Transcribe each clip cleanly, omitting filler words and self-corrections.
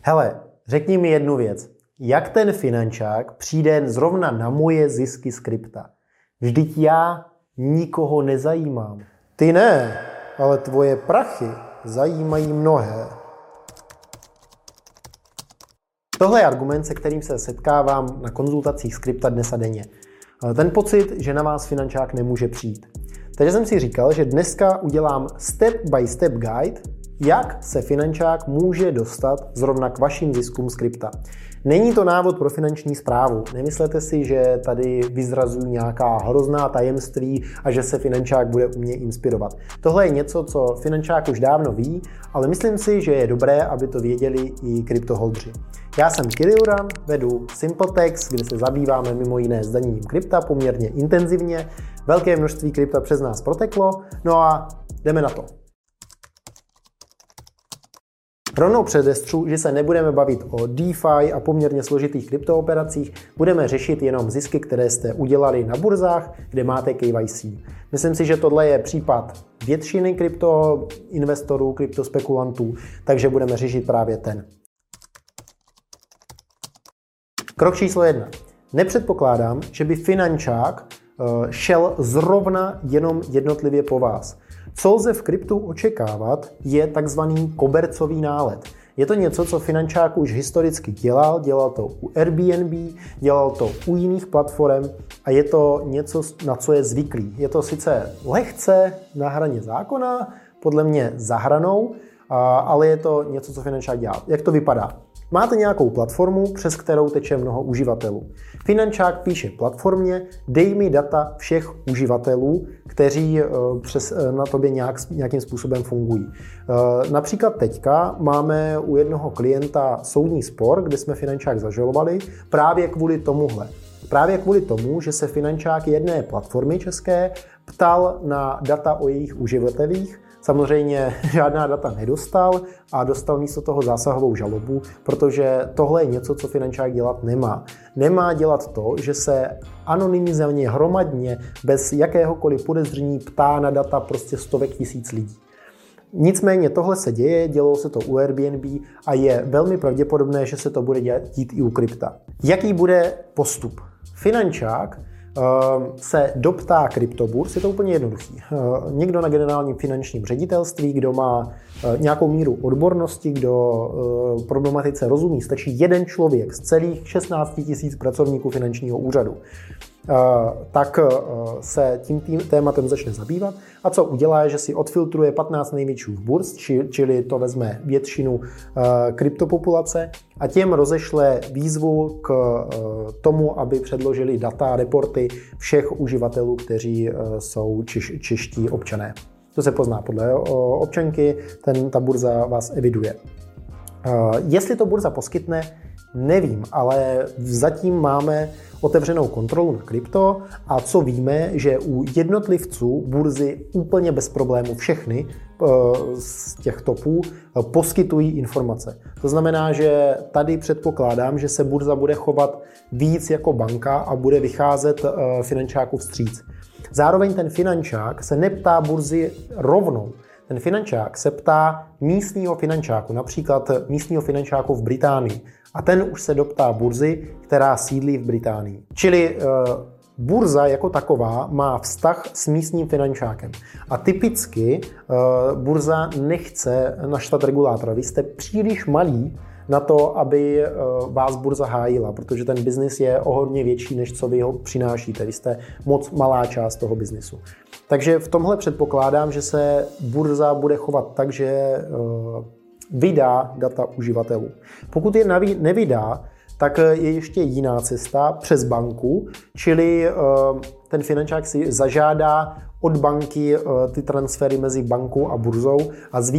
Hele, řekni mi jednu věc. Jak ten finančák přijde zrovna na moje zisky z krypta? Vždyť já nikoho nezajímám. Ty ne, ale tvoje prachy zajímají mnohé. Tohle je argument, se kterým se setkávám na konzultacích z krypta dnes a denně. Ten pocit, že na vás finančák nemůže přijít. Takže jsem si říkal, že dneska udělám step by step guide, jak se finančák může dostat zrovna k vašim ziskům z krypta. Není to návod pro finanční správu. Nemyslete si, že tady vyzrazují nějaká hrozná tajemství a že se finančák bude umě inspirovat. Tohle je něco, co finančák už dávno ví, ale myslím si, že je dobré, aby to věděli i kryptoholdři. Já jsem Kirill Uran, vedu SimpleTax, kde se zabýváme mimo jiné zdaněním krypta poměrně intenzivně. Velké množství krypta přes nás proteklo, no a jdeme na to. Rovnou předestřu, že se nebudeme bavit o DeFi a poměrně složitých kryptooperacích, budeme řešit jenom zisky, které jste udělali na burzách, kde máte KYC. Myslím si, že tohle je případ většiny kryptoinvestorů, kryptospekulantů, takže budeme řešit právě ten. Krok číslo 1. Nepředpokládám, že by finančák šel zrovna jenom jednotlivě po vás. Co lze v kryptu očekávat, je takzvaný kobercový nálet. Je to něco, co finančák už historicky dělal to u Airbnb, dělal to u jiných platform a je to něco, na co je zvyklý. Je to sice lehce na hraně zákona, podle mě za hranou, ale je to něco, co finančák dělá. Jak to vypadá? Máte nějakou platformu, přes kterou teče mnoho uživatelů. Finančák píše platformě, dej mi data všech uživatelů, kteří na tobě nějakým způsobem fungují. Například teďka máme u jednoho klienta soudní spor, kde jsme finančák zažalovali právě kvůli tomuhle. Právě kvůli tomu, že se finančák jedné platformy české ptal na data o jejich uživatelích. Samozřejmě žádná data nedostal a dostal místo toho zásahovou žalobu, protože tohle je něco, co finančák dělat nemá. Nemá dělat to, že se anonymizovaně hromadně bez jakéhokoliv podezření ptá na data prostě stovek tisíc lidí. Nicméně tohle se děje, dělo se to u Airbnb a je velmi pravděpodobné, že se to bude dít i u krypta. Jaký bude postup? Finančák se doptá kryptoburs, je to úplně jednoduchý. Někdo na generálním finančním ředitelství, kdo má nějakou míru odbornosti, kdo problematice rozumí, stačí jeden člověk z celých 16 000 pracovníků finančního úřadu, tak se tím tématem začne zabývat a co udělá, je, že si odfiltruje 15 největších burz, čili to vezme většinu kryptopopulace a těm rozešle výzvu k tomu, aby předložili data, reporty všech uživatelů, kteří jsou čeští občané. To se pozná podle občanky, ta burza vás eviduje. Jestli to burza poskytne, nevím, ale zatím máme otevřenou kontrolu na krypto a co víme, že u jednotlivců burzy úplně bez problému všechny z těch topů poskytují informace. To znamená, že tady předpokládám, že se burza bude chovat víc jako banka a bude vycházet finančáku vstříc. Zároveň ten finančák se neptá burzy rovnou. Ten finančák se ptá místního finančáku, například místního finančáku v Británii. A ten už se doptá burzy, která sídlí v Británii. Čili burza jako taková má vztah s místním finančákem. A typicky burza nechce naštvat regulátora. Vy jste příliš malí na to, aby vás burza hájila, protože ten biznis je o hodně větší, než co vy ho přinášíte. Vy jste moc malá část toho biznisu. Takže v tomhle předpokládám, že se burza bude chovat tak, že vydá data uživatelů. Pokud je nevydá, tak je ještě jiná cesta přes banku, čili ten finančák si zažádá od banky ty transfery mezi bankou a burzou a z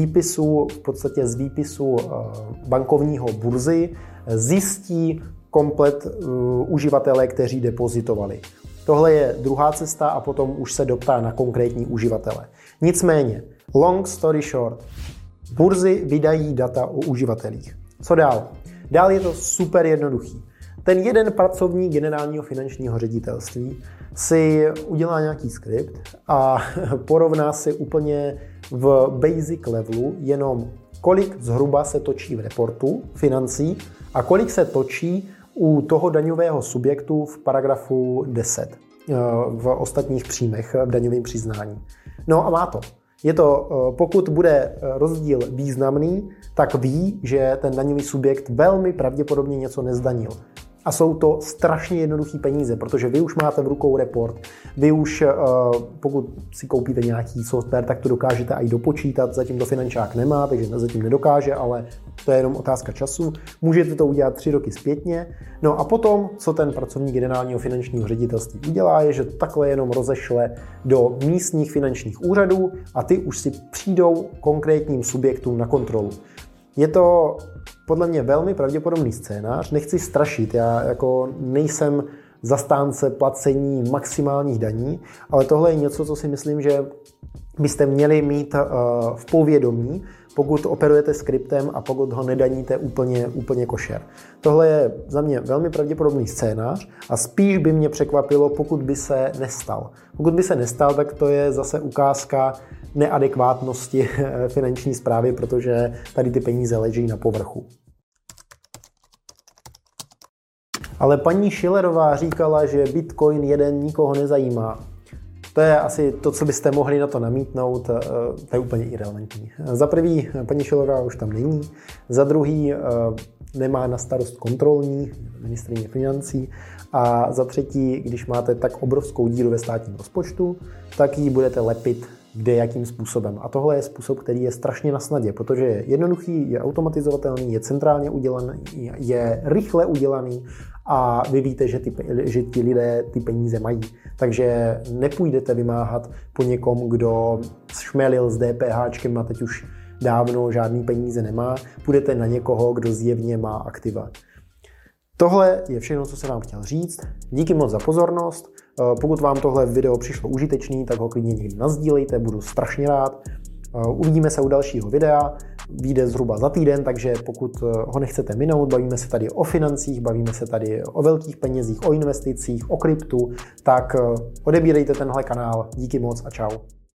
výpisu bankovního burzy zjistí komplet uživatelé, kteří depozitovali. Tohle je druhá cesta a potom už se doptá na konkrétní uživatele. Nicméně, long story short, burzy vydají data o uživatelích. Co dál? Dál je to super jednoduchý. Ten jeden pracovník generálního finančního ředitelství si udělá nějaký skript a porovná si úplně v basic levelu jenom kolik zhruba se točí v reportu financí a kolik se točí u toho daňového subjektu v paragrafu 10 v ostatních příjmech v daňovém přiznání. No a má to. Je to, pokud bude rozdíl významný, tak ví, že ten daňový subjekt velmi pravděpodobně něco nezdanil. A jsou to strašně jednoduché peníze, protože vy už máte v rukou report, vy už, pokud si koupíte nějaký software, tak to dokážete i dopočítat, zatím to finančák nemá, takže zatím nedokáže, ale to je jenom otázka času. Můžete to udělat 3 roky zpětně. No a potom, co ten pracovník generálního finančního ředitelství udělá, je, že takhle jenom rozešle do místních finančních úřadů a ty už si přijdou konkrétním subjektům na kontrolu. Je to podle mě velmi pravděpodobný scénář, nechci strašit, já jako nejsem zastánce placení maximálních daní, ale tohle je něco, co si myslím, že byste měli mít v povědomí, pokud operujete s kryptem a pokud ho nedaníte úplně košer. Tohle je za mě velmi pravděpodobný scénář a spíš by mě překvapilo, pokud by se nestal. Pokud by se nestal, tak to je zase ukázka neadekvátnosti finanční správy, protože tady ty peníze leží na povrchu. Ale paní Schillerová říkala, že Bitcoin jeden nikoho nezajímá. To je asi to, co byste mohli na to namítnout, to je úplně irelevantní. Za prvý, paní Schillerová už tam není, za druhý nemá na starost kontrolní, ministryně financí, a za třetí, když máte tak obrovskou díru ve státním rozpočtu, tak ji budete lepit kde, jakým způsobem. A tohle je způsob, který je strašně na snadě, protože je jednoduchý, je automatizovatelný, je centrálně udělaný, je rychle udělaný a vy víte, že ti lidé ty peníze mají. Takže nepůjdete vymáhat po někom, kdo šmelil s DPHčkem a teď už dávno žádný peníze nemá. Půjdete na někoho, kdo zjevně má aktiva. Tohle je všechno, co jsem vám chtěl říct. Díky moc za pozornost. Pokud vám tohle video přišlo užitečný, tak ho klidně někdy nasdílejte, budu strašně rád. Uvidíme se u dalšího videa, vyjde zhruba za týden, takže pokud ho nechcete minout, bavíme se tady o financích, bavíme se tady o velkých penězích, o investicích, o kryptu, tak odebírejte tenhle kanál. Díky moc a čau.